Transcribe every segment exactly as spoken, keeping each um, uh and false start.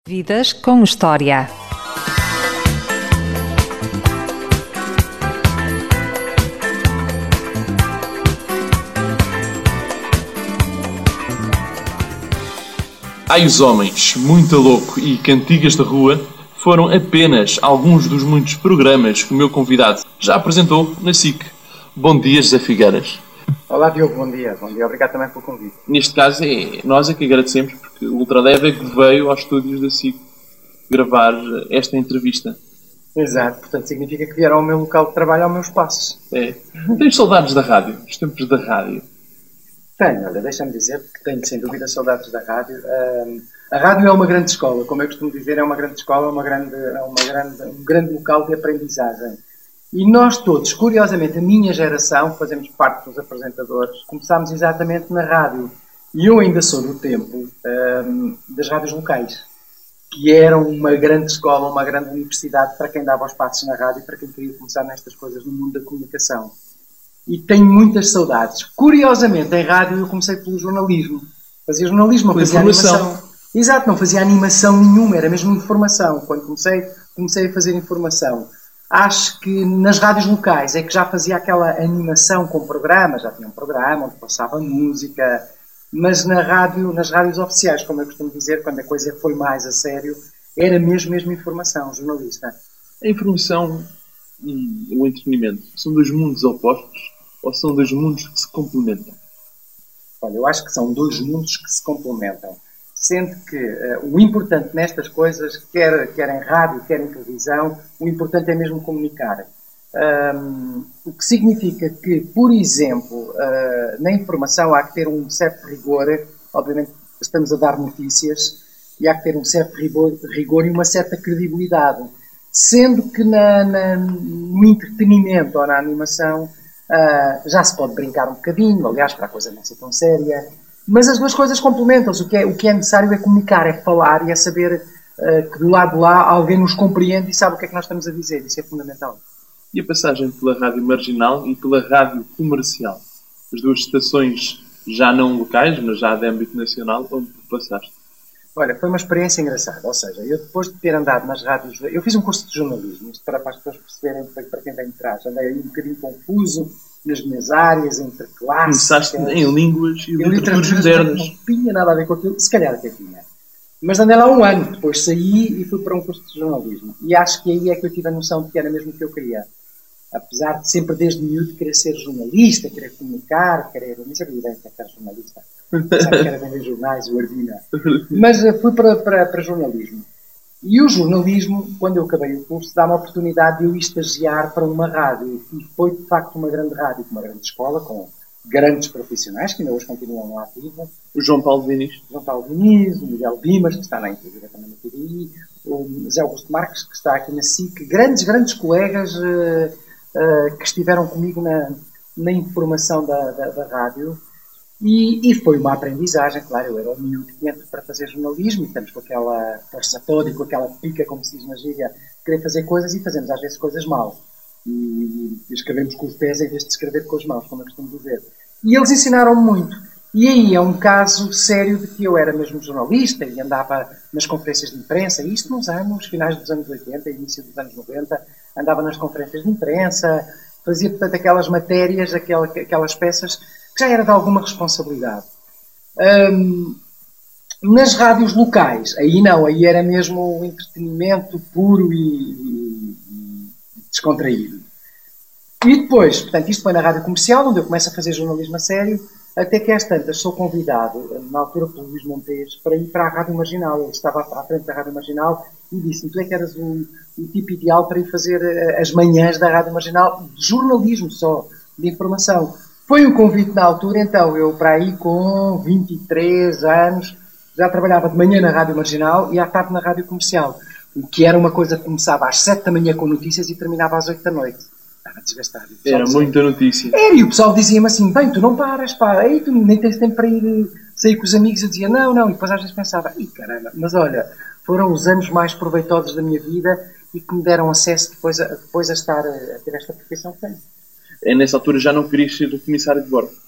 Vidas com História. Ai os Homens, Muito Louco e Cantigas da Rua foram apenas alguns dos muitos programas que o meu convidado já apresentou na S I C. Bom dia, José Figueiras. Olá, Diogo, bom dia. Bom dia, obrigado também pelo convite. Neste caso, é nós é que agradecemos, porque o Ultradev é que veio aos estúdios da S I C gravar esta entrevista. Exato, portanto significa que vieram ao meu local de trabalho, ao meu espaço. É. Tens saudades da rádio, dos tempos da rádio? Tenho, olha, deixa-me dizer que tenho sem dúvida saudades da rádio. Um, a rádio é uma grande escola, como eu costumo dizer, é uma grande escola, é uma grande, é uma grande, um grande local de aprendizagem. E nós todos, curiosamente, a minha geração, que fazemos parte dos apresentadores, começámos exatamente na rádio. E eu ainda sou do tempo um, das rádios locais, que eram uma grande escola, uma grande universidade para quem dava os passos na rádio e para quem queria começar nestas coisas no mundo da comunicação. E tenho muitas saudades. Curiosamente, em rádio eu comecei pelo jornalismo. Fazia jornalismo, não fazia animação. Exato, não fazia animação nenhuma, era mesmo informação. Quando comecei, comecei a fazer informação. Acho que nas rádios locais é que já fazia aquela animação com programas, já tinha um programa onde passava música, mas na rádio, nas rádios oficiais, como eu costumo dizer, quando a coisa foi mais a sério, era mesmo, mesmo informação, jornalista. A informação e o entretenimento são dois mundos opostos ou são dois mundos que se complementam? Olha, eu acho que são dois mundos que se complementam. Sendo que uh, o importante nestas coisas, quer, quer em rádio, quer em televisão, o importante é mesmo comunicar. Um, o que significa que, por exemplo, uh, na informação há que ter um certo rigor, obviamente estamos a dar notícias, e há que ter um certo rigor, rigor e uma certa credibilidade. Sendo que na, na, no entretenimento ou na animação uh, já se pode brincar um bocadinho, aliás, para a coisa não ser tão séria, mas as duas coisas complementam-se. O que é, o que é necessário é comunicar, é falar e é saber uh, que do lado de lá alguém nos compreende e sabe o que é que nós estamos a dizer. Isso é fundamental. E a passagem pela rádio marginal e pela rádio comercial? As duas estações já não locais, mas já de âmbito nacional, onde tu passaste? Olha, foi uma experiência engraçada. Ou seja, eu depois de ter andado nas rádios... Eu fiz um curso de jornalismo, isto para, para as pessoas perceberem para quem vem de trás. Andei aí um bocadinho confuso nas minhas áreas, entre classes... Começaste em línguas e literaturas modernas. Não tinha nada a ver com aquilo, se calhar até tinha. Mas andei lá um ano, depois saí e fui para um curso de jornalismo. E acho que aí é que eu tive a noção de que era mesmo o que eu queria. Apesar de sempre desde miúdo querer ser jornalista, querer comunicar, querer... Nem sabia bem que era jornalista. Sabe que era vender jornais, o Ardina. Mas fui para, para, para jornalismo. E o jornalismo, quando eu acabei o curso, dá-me a oportunidade de eu estagiar para uma rádio. E foi, de facto, uma grande rádio, uma grande escola, com grandes profissionais, que ainda hoje continuam lá ativos. O João Paulo Diniz. O João Paulo Diniz, o Miguel Dimas, que está na entrevista também na T V I, o Zé Augusto Marques, que está aqui na S I C. Grandes, grandes colegas uh, uh, que estiveram comigo na, na informação da, da, da rádio. E, e foi uma aprendizagem, claro, eu era um miúdo que entra para fazer jornalismo e estamos com aquela força toda e com aquela pica, como se diz na gíria, querer fazer coisas e fazemos às vezes coisas mal. E, e escrevemos com os pés em vez de escrever com as mãos, como eu costumo dizer. E eles ensinaram-me muito. E aí é um caso sério de que eu era mesmo jornalista e andava nas conferências de imprensa, isto nos anos, finais dos anos oitenta, início dos anos noventa, andava nas conferências de imprensa, fazia, portanto, aquelas matérias, aquelas, aquelas peças... que já era de alguma responsabilidade. Um, nas rádios locais, aí não, aí era mesmo um entretenimento puro e, e, e descontraído. E depois, portanto, isto foi na rádio comercial, onde eu começo a fazer jornalismo a sério, até que às tantas sou convidado, na altura pelo Luís Montes, para ir para a Rádio Marginal. Ele estava à frente da Rádio Marginal e disse-me, tu é que eras o, o tipo ideal para ir fazer as manhãs da Rádio Marginal, de jornalismo só, de informação. Foi um convite na altura, então eu para aí com vinte e três anos já trabalhava de manhã na Rádio Marginal e à tarde na Rádio Comercial. O que era uma coisa que começava às sete da manhã com notícias e terminava às oito da noite. Estava desgastado. Era muita notícia. Era, e o pessoal dizia-me assim, bem, tu não paras, pá, aí tu nem tens tempo para ir sair com os amigos. Eu dizia, não, não, e depois às vezes pensava, ih caramba, mas olha, foram os anos mais proveitosos da minha vida e que me deram acesso depois a, depois a estar, a ter esta profissão que tenho. É, nessa altura já não querias ser o comissário de bordo?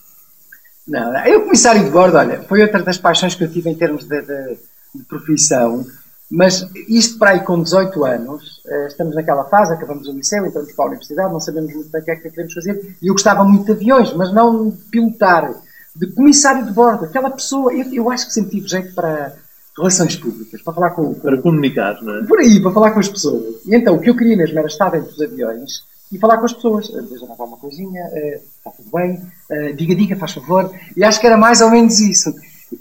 Não, não, eu comissário de bordo, olha, foi outra das paixões que eu tive em termos de, de, de profissão. Mas isto para aí com dezoito anos, estamos naquela fase, acabamos o liceu, entramos para a universidade, não sabemos muito bem o que é que queremos fazer, e eu gostava muito de aviões, mas não de pilotar, de comissário de bordo, aquela pessoa, eu, eu acho que sempre tive jeito para relações públicas, para falar com... Para comunicar, não é? Por aí, para falar com as pessoas. E então, o que eu queria mesmo era estar dentro dos aviões e falar com as pessoas. Veja lá uma coisinha, uh, está tudo bem, uh, diga, diga, faz favor. E acho que era mais ou menos isso.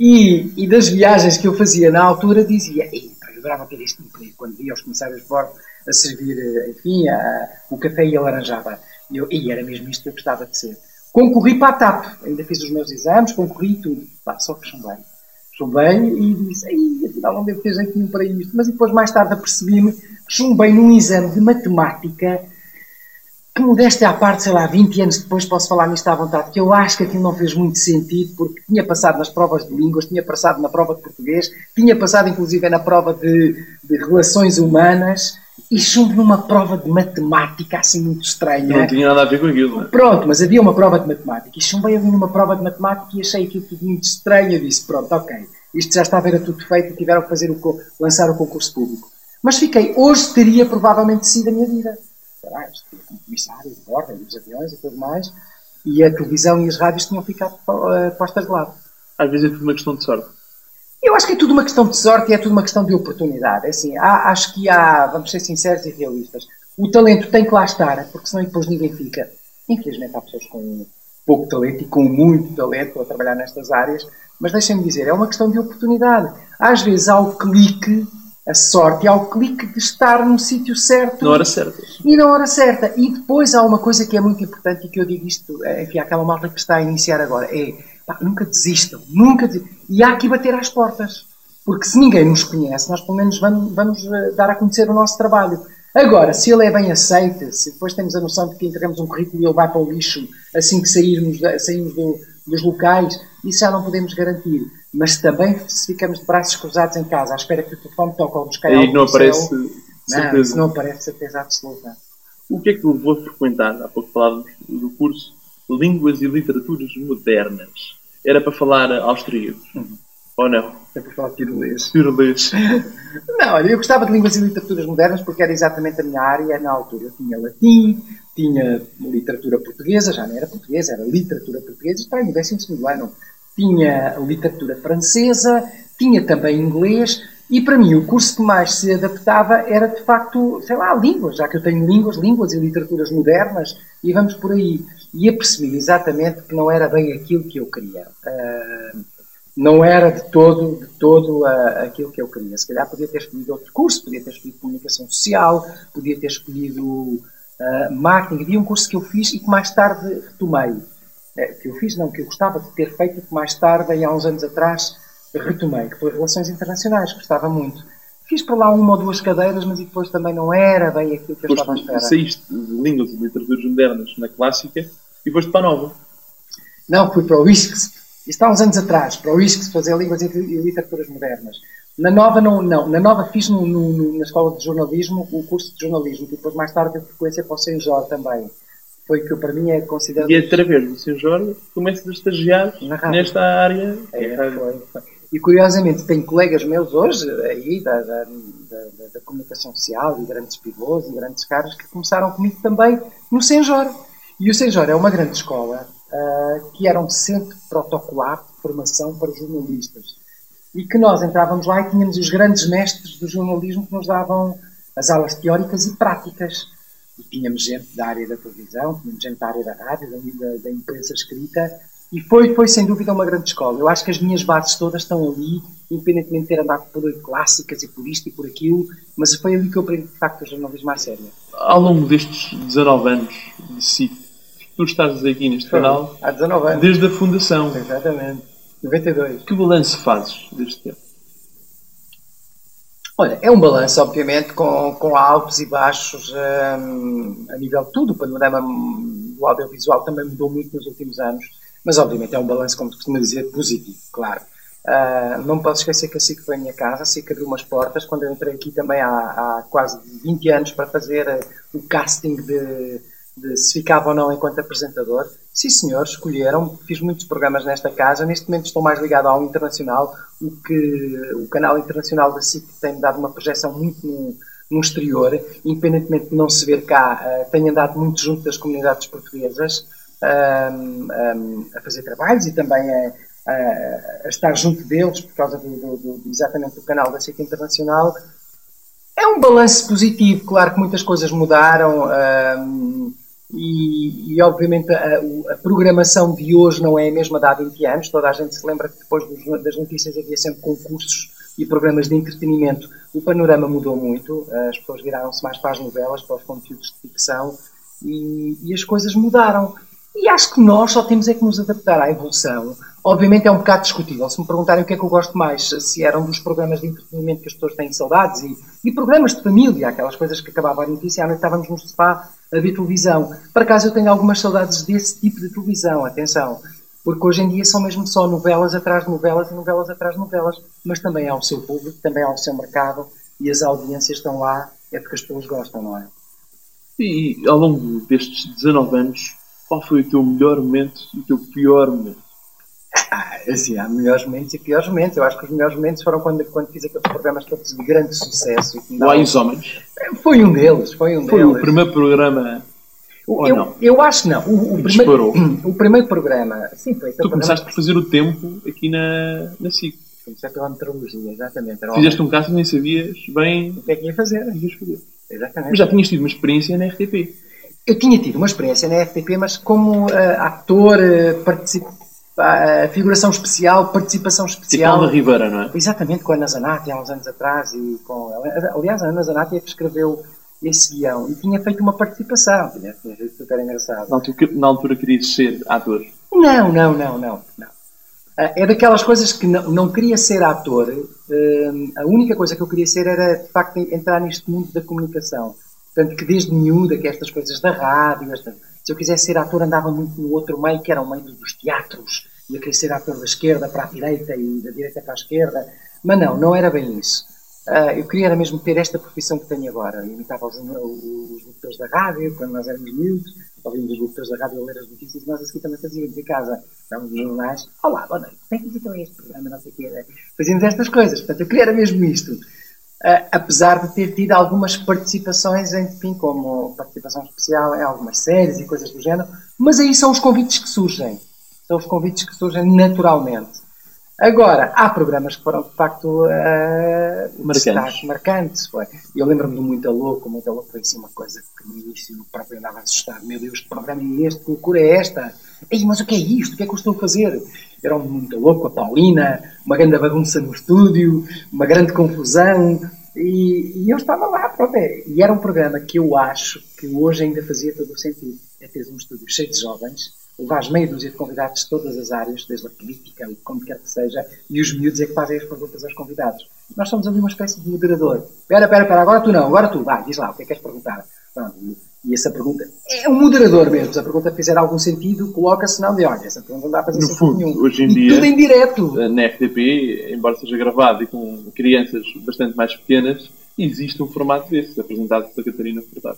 E, e das viagens que eu fazia na altura, dizia, eu adorava ter este emprego, quando via os comissários de bordo a servir, enfim, a, o café e a laranjada. E eu, e era mesmo isto que eu gostava de ser. Concorri para a TAP, ainda fiz os meus exames, concorri e tudo. Pá, só que chumbei. Chumbei e disse, ei, afinal não devo ter jeito nenhum para isto. Mas depois, mais tarde, apercebi-me que chumbei num exame de matemática que, modéstia à parte, sei lá, vinte anos depois posso falar nisto à vontade, que eu acho que aquilo não fez muito sentido, porque tinha passado nas provas de línguas, tinha passado na prova de português, tinha passado inclusive na prova de, de relações humanas, e chumbo numa prova de matemática assim muito estranha. Não tinha nada a ver com aquilo, não é? Pronto, mas havia uma prova de matemática, e chumbei ali numa prova de matemática e achei aquilo tudo muito estranho. Eu disse, pronto, ok, isto já estava, era tudo feito e tiveram que fazer o, lançar o concurso público. Mas fiquei, hoje teria provavelmente sido a minha vida. Será? Estive como comissário de bordo, dos aviões e tudo mais, e a televisão e as rádios tinham ficado uh, postas de lado. Às vezes é tudo uma questão de sorte. Eu acho que é tudo uma questão de sorte e é tudo uma questão de oportunidade. É assim, há, acho que há, vamos ser sinceros e realistas, o talento tem que lá estar, porque senão depois ninguém fica. Infelizmente há pessoas com pouco talento e com muito talento a trabalhar nestas áreas, mas deixem-me dizer, é uma questão de oportunidade. Às vezes há o clique, a sorte, há o clique de estar no sítio certo. Na hora certa. E na hora certa. E depois há uma coisa que é muito importante e que eu digo isto, enfim, àquela malta que está a iniciar agora, é, pá, nunca desistam, nunca desistam. E há que bater às portas. Porque se ninguém nos conhece, nós pelo menos vamos, vamos dar a conhecer o nosso trabalho. Agora, se ele é bem aceito, se depois temos a noção de que entregamos um currículo e ele vai para o lixo assim que sairmos, saímos do, dos locais, isso já não podemos garantir. Mas também, se ficamos de braços cruzados em casa, à espera que o telefone toque ou nos caia algo não do aparece céu, certeza. Não, isso não aparece certeza absoluta. O que é que eu vou frequentar? Há pouco falávamos do curso Línguas e Literaturas Modernas. Era para falar austríaco. Uhum. Ou não? É para falar tirolês. Tirolês. Não, olha, eu gostava de Línguas e Literaturas Modernas porque era exatamente a minha área na altura. Eu tinha latim, tinha literatura portuguesa, já não era portuguesa, era literatura portuguesa, está no décimo segundo ano. Tinha literatura francesa, tinha também inglês, e para mim o curso que mais se adaptava era de facto, sei lá, línguas, já que eu tenho línguas, línguas e literaturas modernas, e vamos por aí. E apercebi exatamente que não era bem aquilo que eu queria. Uh, não era de todo, de todo uh, aquilo que eu queria. Se calhar podia ter escolhido outro curso, podia ter escolhido comunicação social, podia ter escolhido uh, marketing. Havia um curso que eu fiz e que mais tarde retomei. Que eu fiz, não, que eu gostava de ter feito, que mais tarde, aí há uns anos atrás, retomei, que foi Relações Internacionais, gostava muito. Fiz para lá uma ou duas cadeiras, mas depois também não era bem aquilo que eu Pois estava à espera. Saíste de Línguas e Literaturas Modernas na clássica e foste para a nova. Não, fui para o I S C S. Isto há uns anos atrás, para o I S C S fazer Línguas e Literaturas Modernas. Na nova, não, não. Na nova fiz no, no, na Escola de Jornalismo o curso de Jornalismo, e depois mais tarde a frequência para o Senjor também. Foi que para mim é considerado... E através do São Jorge começas a estagiar nesta área. É, foi, foi. E curiosamente tenho colegas meus hoje, aí, da, da, da, da comunicação social, e grandes pivôs e grandes caras, que começaram comigo também no Senjor. E o Senjor é uma grande escola uh, que era um centro protocolar de formação para jornalistas. E que nós entrávamos lá e tínhamos os grandes mestres do jornalismo que nos davam as aulas teóricas e práticas. E tínhamos gente da área da televisão, tínhamos gente da área da rádio, da, da imprensa escrita, e foi, foi sem dúvida uma grande escola. Eu acho que as minhas bases todas estão ali, independentemente de ter andado por clássicas e por isto e por aquilo, mas foi ali que eu aprendi de facto o jornalismo à séria. Ao longo destes dezanove anos de S I C, tu estás aqui neste foi, canal há dezanove anos. Desde a fundação. Exatamente. noventa e dois. Que balanço fazes deste tempo? Olha, é um balanço, obviamente, com, com altos e baixos um, a nível de tudo. O panorama do audiovisual também mudou muito nos últimos anos, mas obviamente é um balanço, como se costuma dizer, positivo, claro. Uh, não me posso esquecer que a S I C foi a minha casa, a S I C abriu umas portas, quando eu entrei aqui também há, há quase vinte anos para fazer uh, o casting de, de se ficava ou não enquanto apresentador. Sim, senhor, escolheram. Fiz muitos programas nesta casa. Neste momento estou mais ligado ao internacional, o que o canal internacional da S I C tem-me dado uma projeção muito no, no exterior, independentemente de não se ver cá. Uh, tenho andado muito junto das comunidades portuguesas, um, um, a fazer trabalhos e também a, a, a estar junto deles por causa do, do, do, exatamente do canal da S I C Internacional. É um balanço positivo. Claro que muitas coisas mudaram, um, e, e obviamente a, a programação de hoje não é a mesma de há vinte anos. Toda a gente se lembra que depois dos, das notícias havia sempre concursos e programas de entretenimento. O panorama mudou muito, as pessoas viraram-se mais para as novelas, para os conteúdos de ficção, e, e as coisas mudaram. E acho que nós só temos é que nos adaptar à evolução. Obviamente é um bocado discutível. Se me perguntarem o que é que eu gosto mais, se eram dos programas de entretenimento que as pessoas têm saudades, e, e programas de família, aquelas coisas que acabavam a notícia, à noite estávamos no sofá a ver televisão. Por acaso eu tenho algumas saudades desse tipo de televisão, atenção. Porque hoje em dia são mesmo só novelas atrás de novelas e novelas atrás de novelas. Mas também há o seu público, também há o seu mercado, e as audiências estão lá, é porque as pessoas gostam, não é? E ao longo destes dezanove anos, qual foi o teu melhor momento e o teu pior momento? Ah, assim, há melhores momentos e piores momentos. Eu acho que os melhores momentos foram quando, quando fiz aqueles programas todos de grande sucesso. O Há Os Homens? Foi um deles, foi um foi deles. Foi o primeiro programa... O, eu, não? eu acho que não. O, o, primeiro, o primeiro programa... Sim, foi tu programa... começaste por fazer o tempo aqui na, na S I C. Comecei pela meteorologia, exatamente. Era Fizeste um caso e nem sabias bem... O que é que ia fazer? Ias fazer. Exatamente. Mas já tinhas tido uma experiência na R T P. Eu tinha tido uma experiência na R T P, mas como uh, ator, uh, particip... uh, figuração especial, participação especial. Tipo Ana Ribeira, não é? Exatamente, com a Ana Zanatti há uns anos atrás. E com... Aliás, a Ana Zanatti é que escreveu esse guião e tinha feito uma participação. Tinha sido super engraçado. Na altura, na altura querias ser ator? Não, não, não, não. não. Uh, é daquelas coisas que não, não queria ser ator. Uh, a única coisa que eu queria ser era, de facto, entrar neste mundo da comunicação. Portanto, que desde miúda, que estas coisas da rádio, esta... se eu quisesse ser ator, andava muito no outro meio, que era o meio dos teatros. Ia querer ser ator da esquerda para a direita e da direita para a esquerda. Mas não, não era bem isso. Uh, eu queria era mesmo ter esta profissão que tenho agora. Eu imitava os, os locutores da rádio, quando nós éramos miúdos, ouvimos os locutores da rádio a ler as notícias, e nós assim também fazíamos em casa. Estávamos nos jornais, olá, boa noite, como é que então é este programa, não sei o quê. Fazíamos estas coisas, portanto, eu queria era mesmo isto. Uh, apesar de ter tido algumas participações, enfim, como participação especial em algumas séries e coisas do género, mas aí são os convites que surgem. São os convites que surgem naturalmente. Agora, há programas que foram, de facto, uh, marcantes. marcantes. Foi. Eu lembro-me do Muito Louco. O Muito Louco foi assim uma coisa que no início o próprio andava a assustar. Meu Deus, que programa é este? Que loucura é esta? Ei, mas o que é isto? O que é que eu estou a fazer? Era um Muito Louco, a Paulina, uma grande bagunça no estúdio, uma grande confusão. E, e eu estava lá, pronto. É. E era um programa que eu acho que hoje ainda fazia todo o sentido. É ter um estúdio cheio de jovens, levares meia dúzia de convidados de todas as áreas, desde a política, como quer que seja, e os miúdos é que fazem as perguntas aos convidados. Nós somos ali uma espécie de moderador. Espera, espera, espera, agora tu não, agora tu, vai, diz lá, o que é que queres perguntar? Pronto, e, e essa pergunta é um moderador mesmo. Se a pergunta fizer algum sentido, coloca-se, não de olha, essa pergunta não dá a fazer no sentido fundo, nenhum. Hoje em e dia, tudo em direto. Na R T P, embora seja gravado e com crianças bastante mais pequenas, existe um formato desse, apresentado pela Catarina Furtado.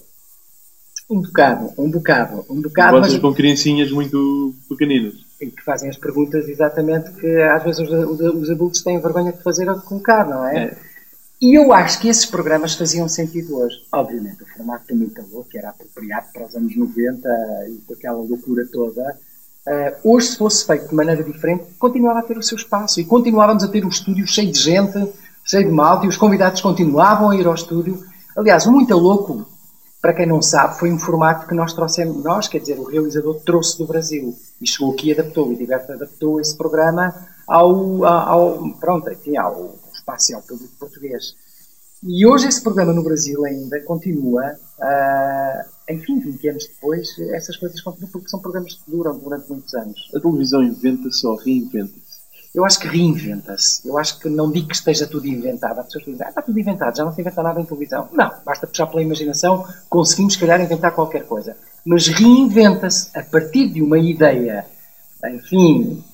Um bocado, um bocado, um bocado. Vocês mas... com criancinhas muito pequeninas. Que fazem as perguntas exatamente que às vezes os, os adultos têm vergonha de fazer ou de colocar, não é? é? E eu acho que esses programas faziam sentido hoje. Obviamente, o formato do Muito Louco, que era apropriado para os anos noventa e com aquela loucura toda, uh, hoje, se fosse feito de maneira diferente, continuava a ter o seu espaço e continuávamos a ter um estúdio cheio de gente, cheio de malta, e os convidados continuavam a ir ao estúdio. Aliás, o Muito Louco, para quem não sabe, foi um formato que nós trouxemos, nós, quer dizer, o realizador trouxe do Brasil e chegou aqui e adaptou, e Diverto adaptou esse programa ao, ao, pronto, enfim, ao espaço e ao público português. E hoje esse programa no Brasil ainda continua, uh, enfim, vinte anos depois, essas coisas continuam porque são programas que duram durante muitos anos. A televisão inventa-se ou reinventa-se? Eu acho que reinventa-se. Eu acho que não digo que esteja tudo inventado. Há pessoas que dizem, ah, está tudo inventado, já não se inventa nada em televisão. Não, basta puxar pela imaginação, conseguimos, se calhar, inventar qualquer coisa. Mas reinventa-se a partir de uma ideia, enfim,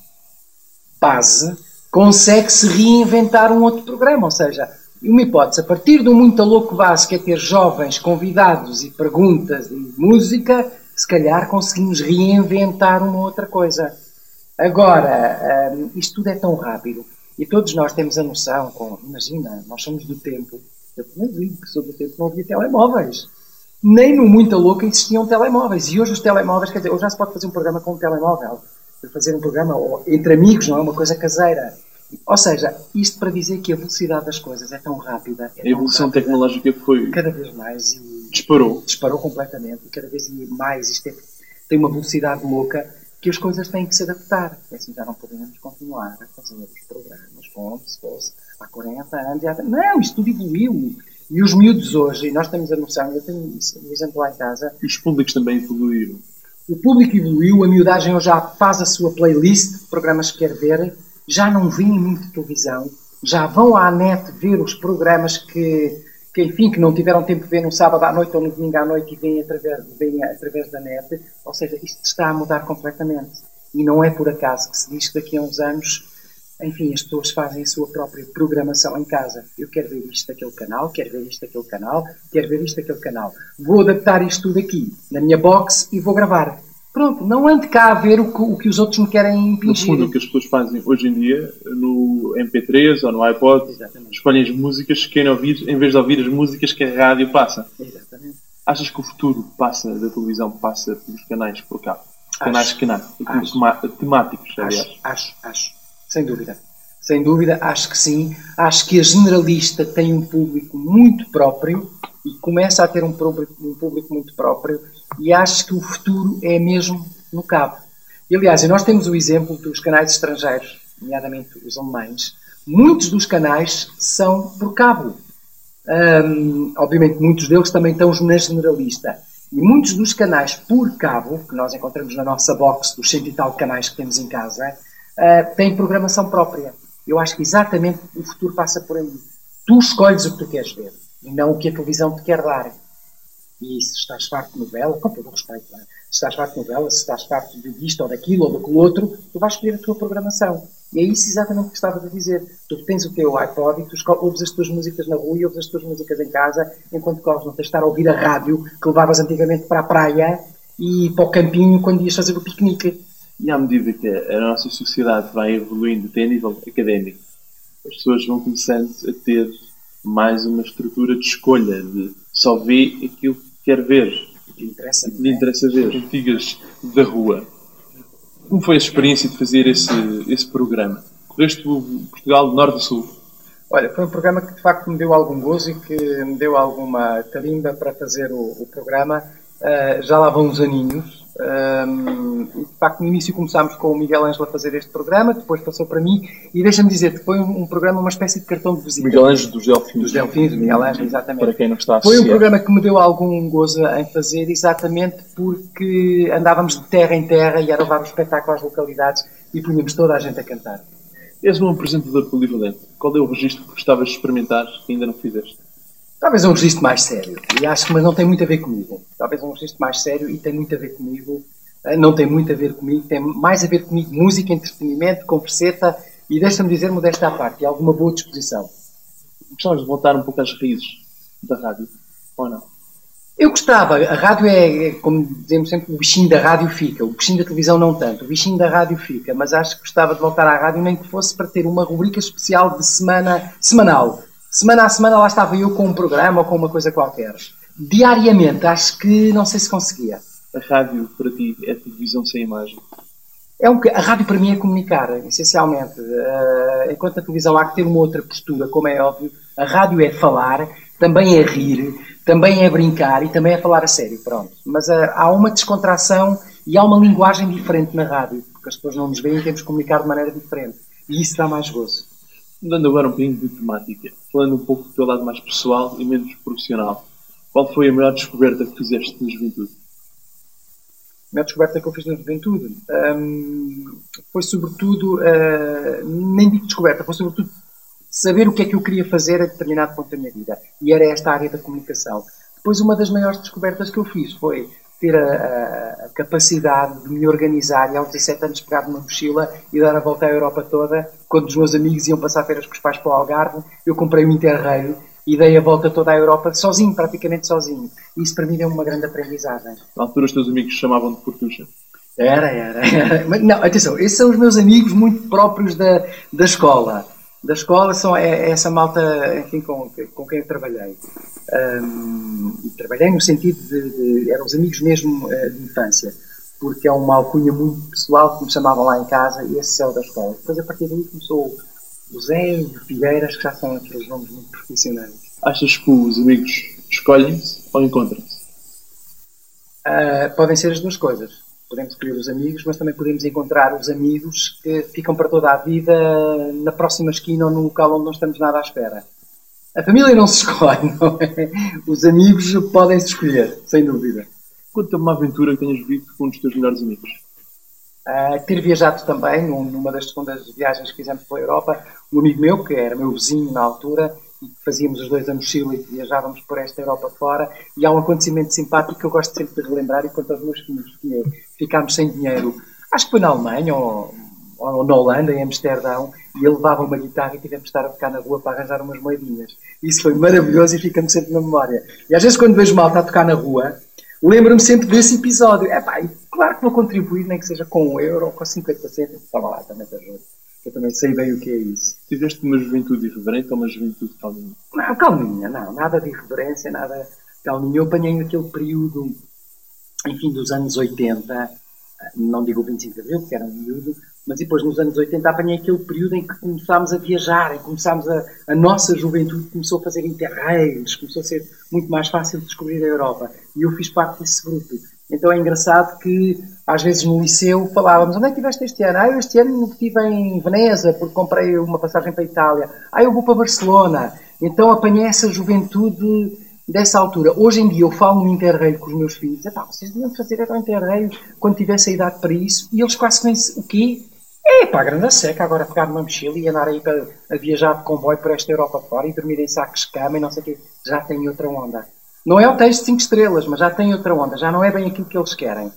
base, consegue-se reinventar um outro programa. Ou seja, uma hipótese, a partir de um Muito Louco base, que é ter jovens convidados e perguntas e música, se calhar conseguimos reinventar uma outra coisa. Agora, um, isto tudo é tão rápido e todos nós temos a noção, com, imagina, nós somos do tempo, eu também digo que sou do tempo que não havia telemóveis. Nem no Muita Louca existiam telemóveis. E hoje os telemóveis, quer dizer, hoje já se pode fazer um programa com um telemóvel. Fazer um programa ou, entre amigos, não é uma coisa caseira. Ou seja, isto para dizer que a velocidade das coisas é tão rápida. É a evolução rápida, tecnológica foi... cada vez mais. E disparou. Disparou completamente. E cada vez mais isto é, tem uma velocidade louca que as coisas têm que se adaptar. É assim, já não podemos continuar a fazer os programas como se fosse há quarenta anos. Já... Não, isto tudo evoluiu. E os miúdos hoje, e nós temos a noção, eu tenho um exemplo lá em casa... E os públicos também evoluíram. O público evoluiu, a miudagem hoje já faz a sua playlist de programas que quer ver, já não vêem muito televisão, já vão à net ver os programas que, que, enfim, que não tiveram tempo de ver no sábado à noite ou no domingo à noite e veem através, veem através da net. Ou seja, isto está a mudar completamente. E não é por acaso que se diz que daqui a uns anos... Enfim, as pessoas fazem a sua própria programação em casa. Eu quero ver isto daquele canal, quero ver isto daquele canal, quero ver isto daquele canal. Vou adaptar isto tudo aqui, na minha box, e vou gravar. Pronto, não ande cá a ver o que, o que os outros me querem impingir. No fundo, o que as pessoas fazem hoje em dia, no M P três ou no iPod, exatamente, escolhem as músicas que querem ouvir, em vez de ouvir as músicas que a rádio passa. Exatamente. Achas que o futuro passa da televisão, passa pelos canais por cá? Canais, acho, canais, acho, temáticos, aliás. Acho, acho, acho. Sem dúvida. Sem dúvida, acho que sim. Acho que a generalista tem um público muito próprio e começa a ter um público, um público muito próprio e acho que o futuro é mesmo no cabo. E, aliás, nós temos o exemplo dos canais estrangeiros, nomeadamente os alemães. Muitos dos canais são por cabo. Um, obviamente, muitos deles também estão na generalista. E muitos dos canais por cabo, que nós encontramos na nossa box dos cento e tal canais que temos em casa, Uh, tem programação própria. Eu acho que exatamente o futuro passa por aí. Tu escolhes o que tu queres ver e não o que a televisão te quer dar. E se estás farto de novela, com todo o respeito, não é? Se estás farto de novela, se estás farto de isto ou daquilo ou daquilo outro, tu vais escolher a tua programação. E é isso exatamente que estavas a dizer. Tu tens o teu iPod e tu ouves as tuas músicas na rua e ouves as tuas músicas em casa, enquanto corres, não tens de estar a ouvir a rádio que levavas antigamente para a praia e para o campinho quando ias fazer o piquenique. E à medida que a nossa sociedade vai evoluindo até a nível académico, as pessoas vão começando a ter mais uma estrutura de escolha, de só ver aquilo que quer ver, que lhe interessa, que lhe interessa ver. Cantigas da rua. Como foi a experiência de fazer esse, esse programa? Correste o Portugal de Norte a Sul? Olha, foi um programa que de facto me deu algum gozo e que me deu alguma tarimba para fazer o, o programa. Uh, já lá vão uns aninhos. Um, de facto, no início começámos com o Miguel Ângelo a fazer este programa, depois passou para mim, e deixa-me dizer que foi um, um programa, uma espécie de cartão de visita. Miguel Ângelo dos Delfins. Dos Delfins, Miguel Ângelo, exatamente. Para quem não está a Foi um programa que me deu algum gozo em fazer, exatamente porque andávamos de terra em terra e a levar o espetáculo às localidades e punhamos toda a gente a cantar. És um apresentador polivalente. Qual é o registro que gostavas de experimentar que ainda não fizeste? Talvez um registro mais sério. E acho que mas não tem muito a ver comigo. Talvez um registro mais sério e tem muito a ver comigo. Não tem muito a ver comigo. Tem mais a ver comigo música, entretenimento, converseta e deixa-me dizer, modéstia à parte, e alguma boa disposição. Gostavas de voltar um pouco às raízes da rádio? Ou não? Eu gostava. A rádio é, como dizemos sempre, o bichinho da rádio fica. O bichinho da televisão não tanto. O bichinho da rádio fica. Mas acho que gostava de voltar à rádio nem que fosse para ter uma rubrica especial de semana, semanal. Semana a semana lá estava eu com um programa ou com uma coisa qualquer. Diariamente, acho que não sei se conseguia. A rádio, para ti, é televisão sem imagem? É um, a rádio, para mim, é comunicar, essencialmente. Uh, enquanto a televisão há que ter uma outra postura, como é óbvio. A rádio é falar, também é rir, também é brincar e também é falar a sério, pronto. Mas uh, há uma descontração e há uma linguagem diferente na rádio, porque as pessoas não nos veem e temos que comunicar de maneira diferente. E isso dá mais gozo. Mudando agora um bocadinho de temática, falando um pouco do teu lado mais pessoal e menos profissional, qual foi a maior descoberta que fizeste na juventude? A maior descoberta que eu fiz na juventude um, foi sobretudo, uh, nem digo descoberta, foi sobretudo saber o que é que eu queria fazer a determinado ponto da minha vida. E era esta área da comunicação. Depois, uma das maiores descobertas que eu fiz foi ter a, a, a capacidade de me organizar e aos dezassete anos pegar numa mochila e dar a volta à Europa toda. Quando os meus amigos iam passar férias com os pais para o Algarve, eu comprei um Interrail e dei a volta toda a Europa sozinho, praticamente sozinho. Isso para mim deu uma grande aprendizagem. Na altura os teus amigos chamavam de Portuxa? Era, era, era. Mas, não, atenção, esses são os meus amigos muito próprios da, da escola. Da escola são é, é essa malta, enfim, com, com quem eu trabalhei. Um, e trabalhei no sentido de, de... eram os amigos mesmo uh, de infância. Porque é uma alcunha muito pessoal que me chamavam lá em casa e esse é o da escola. Depois, a partir daí, começou o Zé e o Figueiras, que já são aqueles nomes muito profissionais. Achas que os amigos escolhem-se ou encontram-se? Uh, podem ser as duas coisas. Podemos escolher os amigos, mas também podemos encontrar os amigos que ficam para toda a vida na próxima esquina ou num local onde não estamos nada à espera. A família não se escolhe, não é? Os amigos podem-se escolher, sem dúvida. Conta-me uma aventura que tenhas vivido com um dos teus melhores amigos. Uh, ter viajado também, numa das segundas viagens que fizemos pela Europa, um amigo meu, que era meu vizinho na altura, e que fazíamos os dois a mochila e viajávamos por esta Europa fora, e há um acontecimento simpático que eu gosto sempre de relembrar e conto aos meus filhos, que é, ficámos sem dinheiro, acho que foi na Alemanha ou, ou na Holanda, em Amsterdão, e ele levava uma guitarra e tivemos de estar a tocar na rua para arranjar umas moedinhas. Isso foi maravilhoso e fica-me sempre na memória. E às vezes quando vejo malta a tocar na rua, lembro-me sempre desse episódio. É pá, claro que vou contribuir, nem que seja com um euro ou com cinquenta centavos, estava lá também para ajuda. Eu também sei bem o que é isso. Tiveste uma juventude irreverente ou uma juventude calminha? Não, calminha, não. Nada de irreverência, nada calminha. Eu apanhei aquele período, enfim, dos anos oitenta, não digo o vinte e cinco de Abril, porque era um miúdo, mas depois nos anos oitenta apanhei aquele período em que começámos a viajar, em que começámos a, a nossa juventude começou a fazer interrails, começou a ser muito mais fácil de descobrir a Europa. E eu fiz parte desse grupo. Então é engraçado que, às vezes no liceu, falávamos: onde é que estiveste este ano? Ah, eu este ano estive em Veneza, porque comprei uma passagem para a Itália. Ah, eu vou para Barcelona. Então apanhei essa juventude dessa altura. Hoje em dia eu falo no Interrail com os meus filhos: epá, vocês deviam fazer era o Interrail quando tivesse a idade para isso. E eles quase que o quê? É pá, grande seca, agora pegar numa mochila e andar aí para, a viajar de comboio por esta Europa fora e dormir em sacos de cama e não sei o quê. Já tem outra onda. Não é o texto de cinco estrelas, mas já tem outra onda. Já não é bem aquilo que eles querem.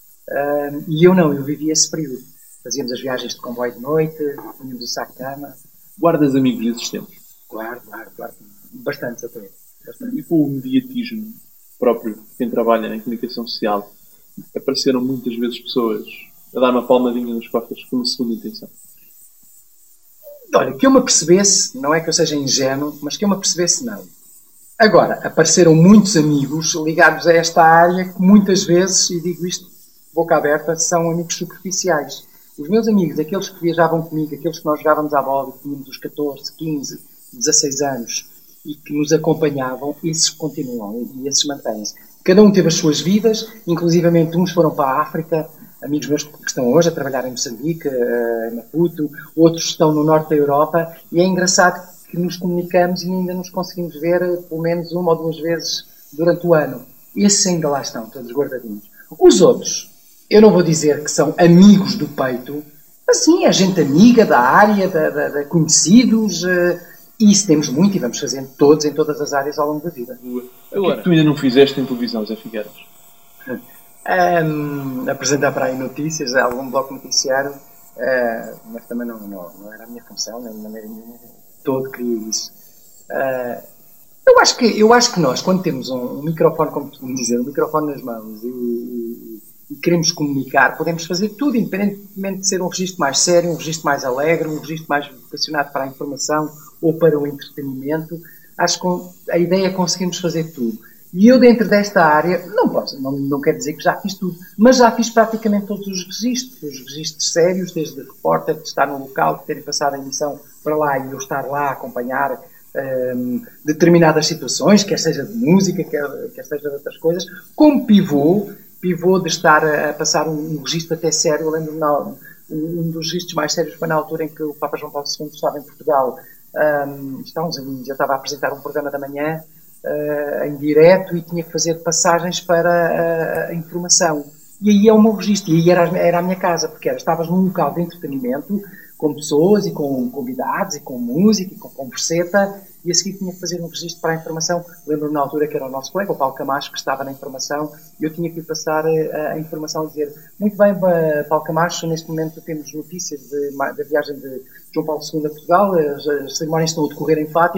Uh, e eu não, eu vivi esse período. Fazíamos as viagens de comboio de noite, punhamos o saco de cama. Guardas amigos desses tempos? Guardo, guardo, guardo. Bastantes até. Bastante. E com o mediatismo próprio de quem trabalha em comunicação social, apareceram muitas vezes pessoas a dar uma palmadinha nas costas com uma segunda intenção? Olha, que eu me apercebesse, não é que eu seja ingênuo, mas que eu me apercebesse, não. Agora, apareceram muitos amigos ligados a esta área que muitas vezes, e digo isto boca aberta, são amigos superficiais. Os meus amigos, aqueles que viajavam comigo, aqueles que nós jogávamos à bola, que tínhamos os catorze, quinze, dezasseis anos e que nos acompanhavam, esses continuam e esses mantêm-se. Cada um teve as suas vidas, inclusivamente uns foram para a África, amigos meus que estão hoje a trabalhar em Moçambique, em Maputo, outros estão no norte da Europa, e é engraçado que nos comunicamos e ainda nos conseguimos ver pelo menos uma ou duas vezes durante o ano. Esses ainda lá estão, todos guardadinhos. Os outros, eu não vou dizer que são amigos do peito, mas sim, é gente amiga da área, da, da, da conhecidos, uh, e isso temos muito e vamos fazendo todos em todas as áreas ao longo da vida. Agora, o que é que tu ainda não fizeste em televisão, Zé Figueiras? Um, apresentar para aí notícias, algum bloco noticiário, uh, mas também não, não, não era a minha função, nem de maneira nenhuma. Todo queria isso. Uh, eu, acho que, eu acho que nós, quando temos um, um microfone, como costumamos dizer, um microfone nas mãos e, e, e queremos comunicar, podemos fazer tudo, independentemente de ser um registro mais sério, um registro mais alegre, um registro mais vocacionado para a informação ou para o entretenimento. Acho que a ideia é conseguirmos fazer tudo. E eu, dentro desta área, não posso, não, não quer dizer que já fiz tudo, mas já fiz praticamente todos os registros, os registros sérios, desde repórter, de estar no local, de terem passado a emissão para lá e eu estar lá a acompanhar um, determinadas situações, quer seja de música, quer, quer seja de outras coisas, como pivô, pivô de estar a, a passar um, um registro até sério. Eu lembro-me, não, um dos registros mais sérios foi na altura em que o Papa João Paulo segundo estava em Portugal, um, está uns aninhos, eu estava a apresentar um programa da manhã, Uh, em direto, e tinha que fazer passagens para a, a informação. E aí é o meu registro. E aí era, era a minha casa, porque era, estavas num local de entretenimento, com pessoas, e com convidados, e com música, e com converseta, e a seguir tinha que fazer um registro para a informação. Lembro-me na altura que era o nosso colega, o Paulo Camacho, que estava na informação, e eu tinha que lhe passar a, a informação e dizer: muito bem, Paulo Camacho, neste momento temos notícias de, da viagem de João Paulo segundo a Portugal, as, as cerimónias estão a decorrer em Fátima,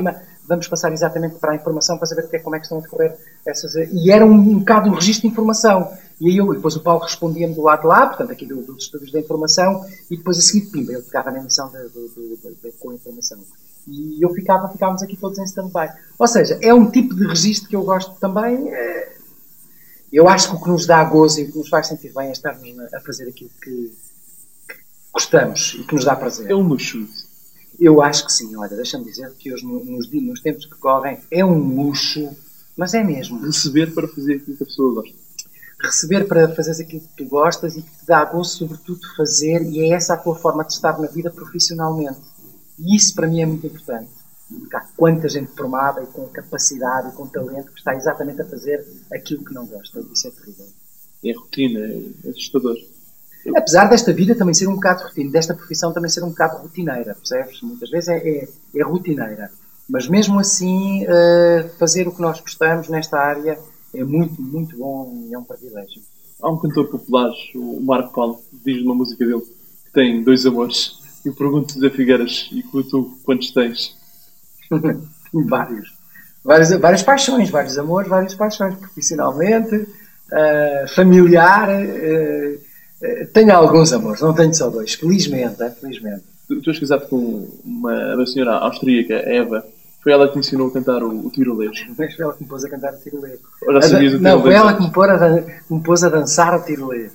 vamos passar exatamente para a informação para saber como é que estão a decorrer essas... E era um, um bocado um registro de informação. E aí eu, depois o Paulo respondia-me do lado de lá, portanto, aqui do, dos estudos da informação, e depois a seguir, pimba, ele ficava na emissão de, de, de, de, de, com a informação. E eu ficava, ficávamos aqui todos em stand-by. Ou seja, é um tipo de registro que eu gosto também. É... Eu acho que o que nos dá gozo e o que nos faz sentir bem é estarmos a fazer aquilo que, que gostamos e que nos dá prazer. É um luxo. Eu acho que sim. Olha, deixa-me dizer que hoje, nos, nos tempos que correm, é um luxo, mas é mesmo. Receber para fazer aquilo que a pessoa gosta. Receber para fazer aquilo que tu gostas e que te dá gozo, sobretudo, fazer, e é essa a tua forma de estar na vida profissionalmente. E isso, para mim, é muito importante. Porque há quanta gente formada e com capacidade e com talento que está exatamente a fazer aquilo que não gosta. Isso é terrível. É rotina, é assustador. Apesar desta vida também ser um bocado rotina, desta profissão também ser um bocado rotineira, percebes? Muitas vezes é, é, é rotineira. Mas mesmo assim, uh, fazer o que nós gostamos nesta área é muito, muito bom e é um privilégio. Há um cantor popular, o Marco Paulo, diz numa música dele que tem dois amores. Eu pergunto-te, Zé Figueiras, e tu quantos tens? Vários. Várias, várias paixões, vários amores, várias paixões. Profissionalmente, uh, familiar... Uh, Tenho alguns amores, não tenho só dois, felizmente, é, felizmente. Tu, tu és casado com uma, uma senhora austríaca, Eva, foi ela que te ensinou a cantar o, o tirolês. Foi ela que me pôs a cantar o tirolês. Ou já sabias o tirolês? Não, foi ela que me, pôr a, que me pôs a dançar o tirolês.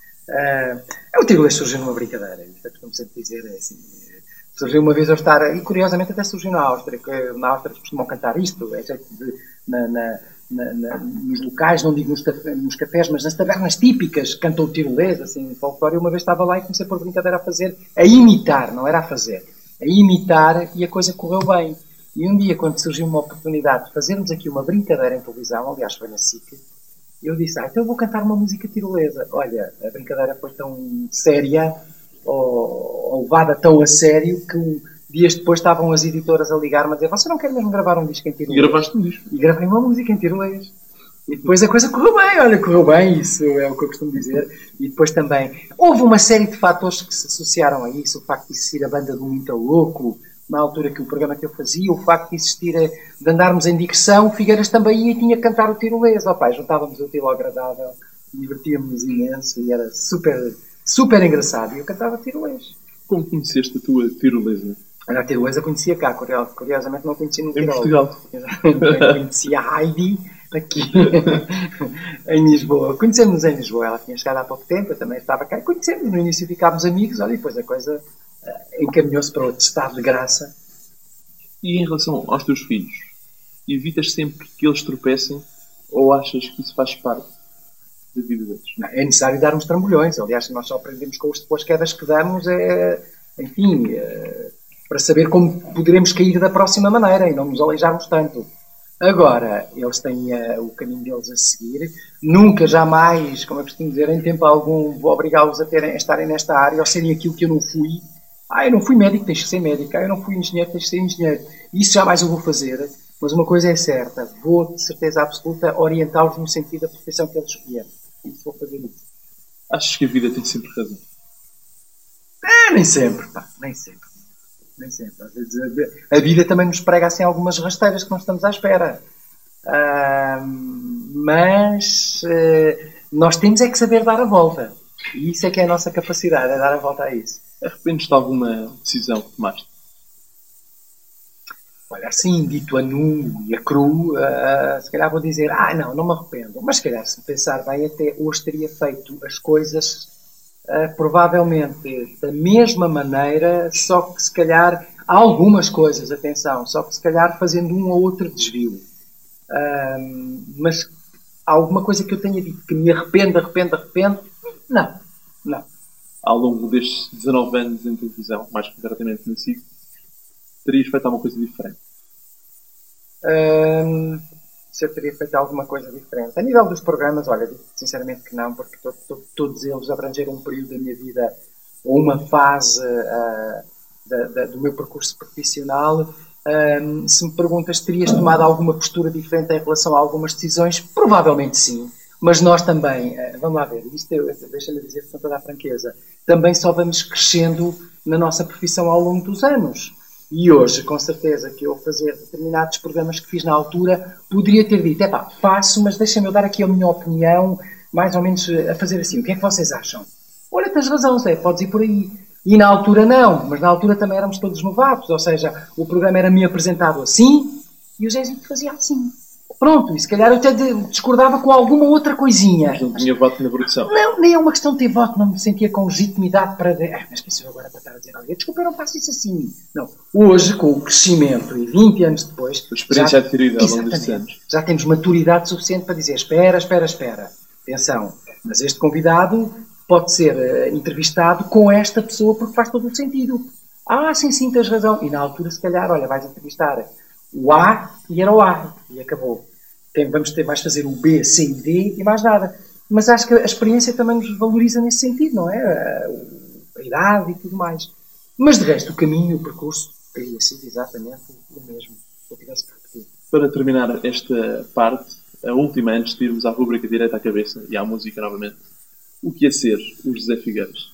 Uh, o tirolês surgiu numa brincadeira, isto é que costumo sempre dizer, é assim, surgiu uma vez eu estar, e curiosamente até surgiu na Áustria, que na Áustria costumam cantar isto, é jeito de, na, na, na, na, nos locais, não digo nos, nos cafés, mas nas tabernas típicas, cantam o tirolês, assim, em folclore. Eu uma vez estava lá e comecei por brincadeira a fazer, a imitar, não era a fazer, a imitar, e a coisa correu bem. E um dia, quando surgiu uma oportunidade de fazermos aqui uma brincadeira em televisão, aliás foi na S I C, eu disse, ah, então eu vou cantar uma música tirolesa. Olha, a brincadeira foi tão séria, ou, ou levada tão a sério, que dias depois estavam as editoras a ligar-me a dizer, você não quer mesmo gravar um disco em tirolês? E gravaste um disco. E gravei uma música em tirolês. E depois a coisa correu bem, olha, correu bem, isso é o que eu costumo dizer. E depois também, houve uma série de fatores que se associaram a isso, o facto de existir a banda do Muito Louco, na altura que o programa que eu fazia, o facto de existir, de andarmos em digressão, Figueiras também ia e tinha que cantar o tirolês. Oh, pai, juntávamos o tiro ao agradável, divertíamos-nos imenso e era super, super engraçado. E eu cantava tirolês. Como conheceste a tua tirolesa? A tirolesa conhecia cá, curiosamente não conhecia no Em Tirol. Portugal. Conhecia a Heidi aqui em Lisboa. Conhecemos-nos em Lisboa, ela tinha chegado há pouco tempo, eu também estava cá. Conhecemos, no início ficámos amigos, olha, e depois a coisa uh, encaminhou-se para outro estado de graça. E em relação aos teus filhos, evitas sempre que eles tropecem ou achas que isso faz parte da vida deles? Não, é necessário darmos trambolhões, aliás, nós só aprendemos com as quedas que damos, é, enfim, é, para saber como poderemos cair da próxima maneira e não nos aleijarmos tanto. Agora, eles têm uh, o caminho deles a seguir. Nunca, jamais, como eu costumo dizer, em tempo algum, vou obrigá-los a, terem, a estarem nesta área ou serem aquilo que eu não fui. Ah, eu não fui médico, tens que ser médico. Ah, eu não fui engenheiro, tens que ser engenheiro. Isso jamais eu vou fazer. Mas uma coisa é certa, vou, de certeza absoluta, orientá-los no sentido da profissão que eles escolheram. Isso, vou fazer isso. Achas que a vida tem sempre razão? Ah, nem sempre, pá, nem sempre. Nem sempre. Às vezes a vida também nos prega assim algumas rasteiras que não estamos à espera. Uh, mas uh, nós temos é que saber dar a volta. E isso é que é a nossa capacidade, é dar a volta a isso. Arrependes-te de alguma decisão que tomaste? Olha, assim, dito a nu e a cru, uh, se calhar vou dizer, ah, não, não me arrependo. Mas se calhar, se pensar bem, até hoje teria feito as coisas Uh, provavelmente da mesma maneira, só que se calhar há algumas coisas, atenção, só que se calhar fazendo um ou outro desvio. Uh, mas há alguma coisa que eu tenha dito que me arrependo, arrependo, arrependo? Não, não. Ao longo destes dezanove anos em televisão, mais concretamente na S I C, terias feito alguma coisa diferente? Uh, se eu teria feito alguma coisa diferente. A nível dos programas, olha, digo sinceramente que não, porque to, to, todos eles abrangeram um período da minha vida, ou uma fase uh, da, da, do meu percurso profissional. Um, se me perguntas, terias tomado alguma postura diferente em relação a algumas decisões? Provavelmente sim. Mas nós também, uh, vamos lá ver, isto deixa-me dizer com toda a franqueza, também só vamos crescendo na nossa profissão ao longo dos anos. E hoje, com certeza, que eu fazer determinados programas que fiz na altura, poderia ter dito, epá, faço, mas deixem-me eu dar aqui a minha opinião, mais ou menos a fazer assim. O que é que vocês acham? Olha, tens razão, Zé, podes ir por aí. E na altura não, mas na altura também éramos todos novatos, ou seja, o programa era-me apresentado assim e o Zezinho fazia assim. Pronto, e se calhar eu até discordava com alguma outra coisinha. Mas não tinha mas, voto na produção. Não, nem é uma questão de ter voto, não me sentia com legitimidade para... Ah, mas pensou agora para estar a dizer, olha, desculpa, eu não faço isso assim. Não, hoje, com o crescimento e vinte anos depois... A experiência adquirida ao longo destes anos. Já temos maturidade suficiente para dizer, espera, espera, espera. Atenção, mas este convidado pode ser uh, entrevistado com esta pessoa porque faz todo o sentido. Ah, sim, sim, tens razão. E na altura, se calhar, olha, vais entrevistar o A e era o A. E acabou. Tem, vamos ter, vais fazer o B, C e D e mais nada. Mas acho que a experiência também nos valoriza nesse sentido, não é? A, a idade e tudo mais. Mas de resto, o caminho, o percurso, teria sido exatamente o mesmo. Se eu tivesse que repetir. Para terminar esta parte, a última, antes de irmos à rubrica direita à cabeça e à música novamente, o que é ser o José Figueiras?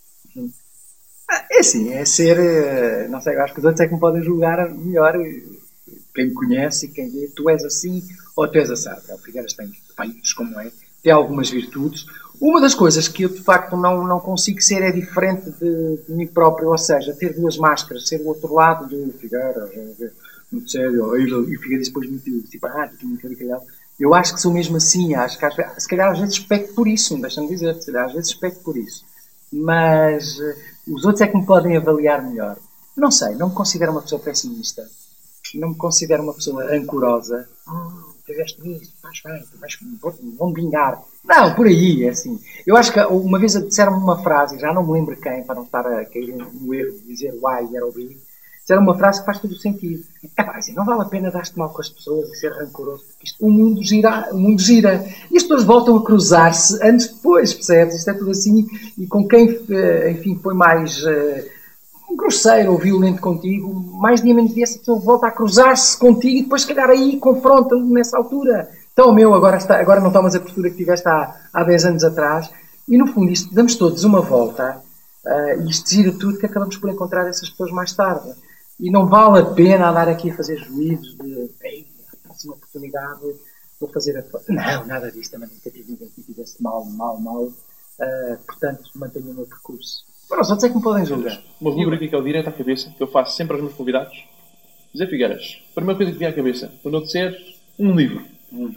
É assim, é ser... Não sei, acho que os outros é que me podem julgar melhor... Quem me conhece e quem vê, tu és assim ou tu és assado. O Figueiras tem defeitos, como é, tem algumas virtudes. Uma das coisas que eu, de facto, não, não consigo ser é diferente de, de mim próprio, ou seja, ter duas máscaras, ser o outro lado do Figueiras, muito sério, e o Figueiras depois muito tipo, ah, muito radical. Eu acho que sou mesmo assim, acho que se calhar às vezes especo por isso, deixa-me dizer, se calhar às vezes especo por isso. Mas uh, os outros é que me podem avaliar melhor. Não sei, não me considero uma pessoa pessimista. Não me considero uma pessoa rancorosa. Oh, tiveste isso, faz bem, vão vingar. Não, por aí, é assim. Eu acho que uma vez disseram-me uma frase, já não me lembro quem, para não estar a cair no erro de dizer o A e era o B, disseram uma frase que faz todo o sentido. É pá, assim, não vale a pena dar-te mal com as pessoas e ser rancoroso, porque isto, o mundo gira, o mundo gira. E as pessoas voltam a cruzar-se anos depois, percebes? Isto é tudo assim, e com quem, enfim, foi mais... grosseiro ou violento contigo, mais dia menos dia essa pessoa volta a cruzar-se contigo e depois se calhar aí confronta nessa altura. Então, meu, agora, está, agora não tomas a postura que tiveste há, há dez anos atrás e no fundo isto, damos todos uma volta uh, e isto gira tudo que acabamos por encontrar essas pessoas mais tarde. E não vale a pena andar aqui a fazer juízos de ei, a próxima oportunidade vou fazer a... Não, nada disso, também nunca tive ninguém que tivesse mal, mal, mal. Uh, portanto, mantenho o meu percurso. Para os outros é que me podem julgar. Uma rubrica que é o direto à cabeça, que eu faço sempre aos meus convidados. José Figueiras, a primeira coisa que vinha à cabeça, para não ser um livro. Um,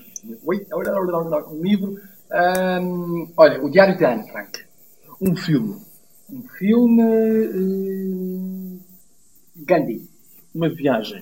um livro. Um, olha, o Diário de Anne Frank. Um filme. Um filme. Um, Gandhi. Uma viagem.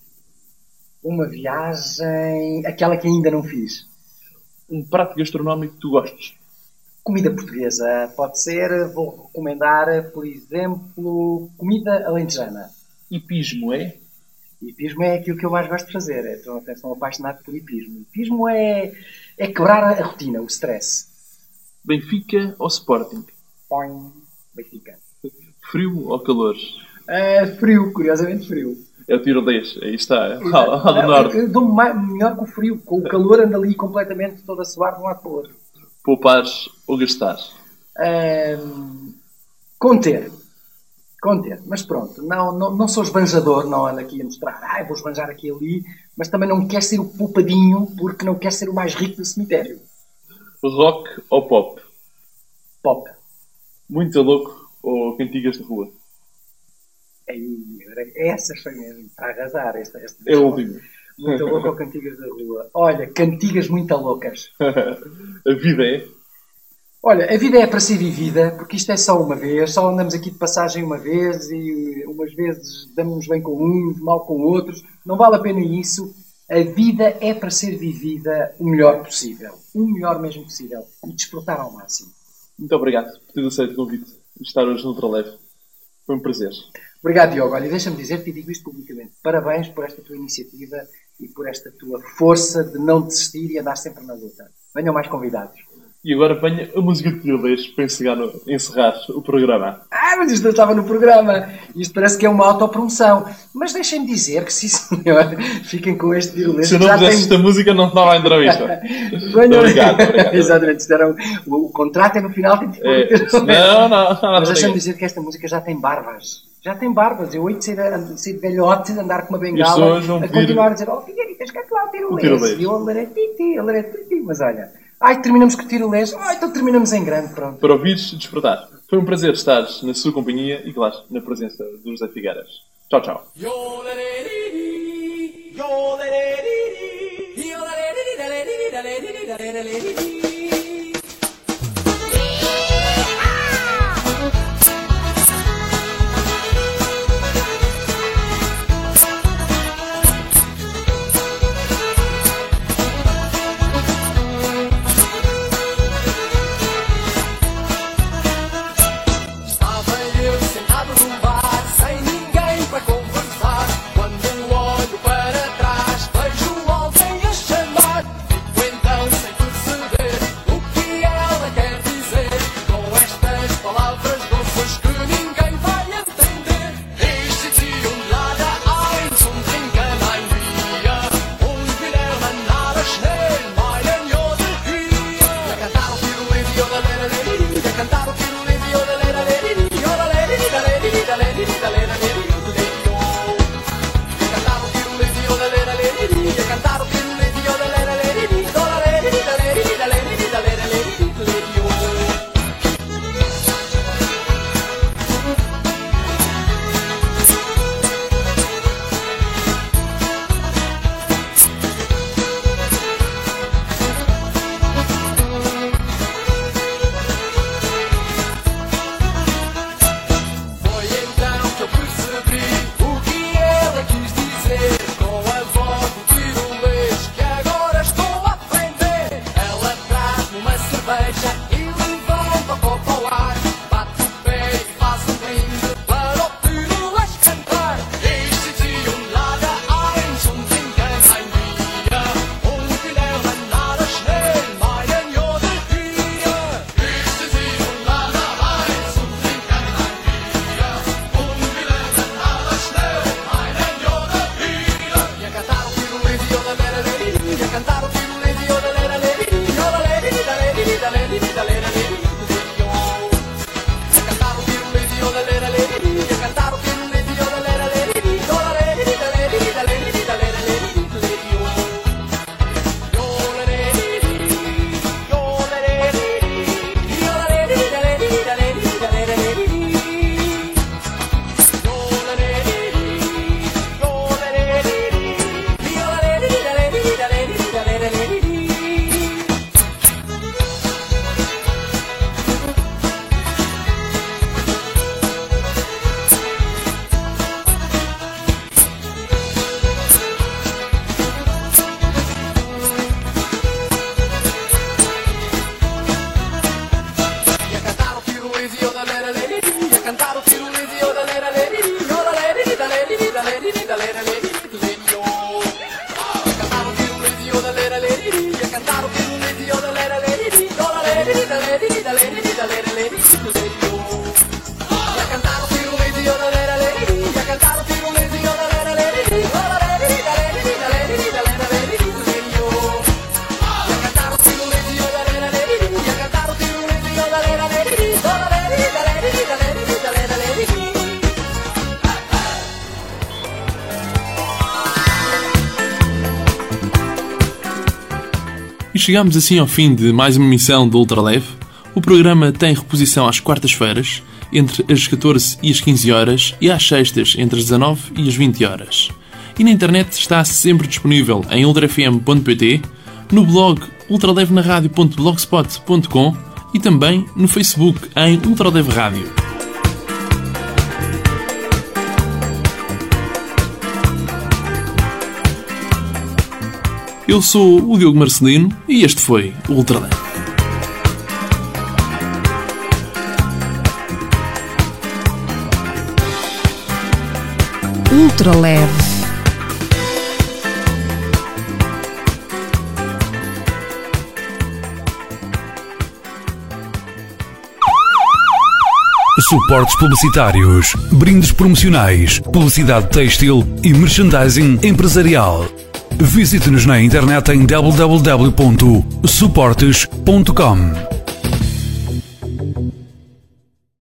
Uma viagem. Aquela que ainda não fiz. Um prato gastronómico que tu gostes. Comida portuguesa, pode ser, vou recomendar, por exemplo, comida alentejana. Hipismo é? Hipismo é aquilo que eu mais gosto de fazer. Estou até sou apaixonado por hipismo. Hipismo é, é quebrar a rotina, o stress. Benfica ou Sporting? Põe Benfica. Frio ou calor? É frio, curiosamente frio. É o tirolês, aí está, é. Lá do norte. Dou-me melhor que o frio, com o calor anda ali completamente todo a suar de um lado para o outro. Poupares ou gastar? Um, conter. Conter. Mas pronto, não, não, não sou esbanjador, não ando aqui a mostrar, ah, vou esbanjar aqui e ali, mas também não quero ser o poupadinho, porque não quero ser o mais rico do cemitério. Rock ou pop? Pop. Muito louco ou cantigas de rua? Aí, essas foi mesmo, para arrasar. Esta, esta é o último. Muito louco ou cantigas da rua? Olha, cantigas muito loucas. A vida é? Olha, a vida é para ser vivida, porque isto é só uma vez, só andamos aqui de passagem uma vez e umas vezes damos bem com uns, mal com outros. Não vale a pena isso. A vida é para ser vivida o melhor possível. O melhor mesmo possível. E desfrutar ao máximo. Muito obrigado por ter aceito o convite de estar hoje no Ultraleve. Foi um prazer. Obrigado, Diogo. Olha, deixa-me dizer-te e digo isto publicamente. Parabéns por esta tua iniciativa e por esta tua força de não desistir e andar sempre na luta. Venham mais convidados. E agora venha a música de Tirolês para encerrar, no, encerrar o programa. Ah, mas isto não estava no programa. Isto parece que é uma autopromoção. Mas deixem-me dizer que, sim senhor, fiquem com este Tirolês. Se eu não fizesse tem... esta música, não estava à entrevista. Venham... Obrigado, obrigado. Exatamente. Isto era o, o contrato é no final. Tem que... é, não, não, não. Mas deixem-me dizer que esta música já tem barbas. Já tem barbas, eu oito ser, ser velhote, andar com uma bengala, a continuar a dizer, oh Figueiredas, quer lá o tirolês? E eu, ele era titi, ele era titi, mas olha, ai, terminamos com o tirolês, ai, então terminamos em grande, pronto. Para ouvires e despertar. Foi um prazer estar na sua companhia e, claro, na presença do José Figueiras. Tchau, tchau. E chegamos assim ao fim de mais uma emissão do Ultraleve. O programa tem reposição às quartas-feiras, entre as catorze e as quinze horas, e às sextas, entre as dezanove e as vinte horas. E na internet está sempre disponível em ultra f m ponto p t, no blog ultraleve na rádio ponto blogspot ponto com e também no Facebook em Ultraleve Rádio. Eu sou o Diogo Marcelino e este foi o Ultraleve. Ultraleve. Suportes publicitários, brindes promocionais, publicidade têxtil e merchandising empresarial. Visite-nos na internet em w w w ponto suportes ponto com.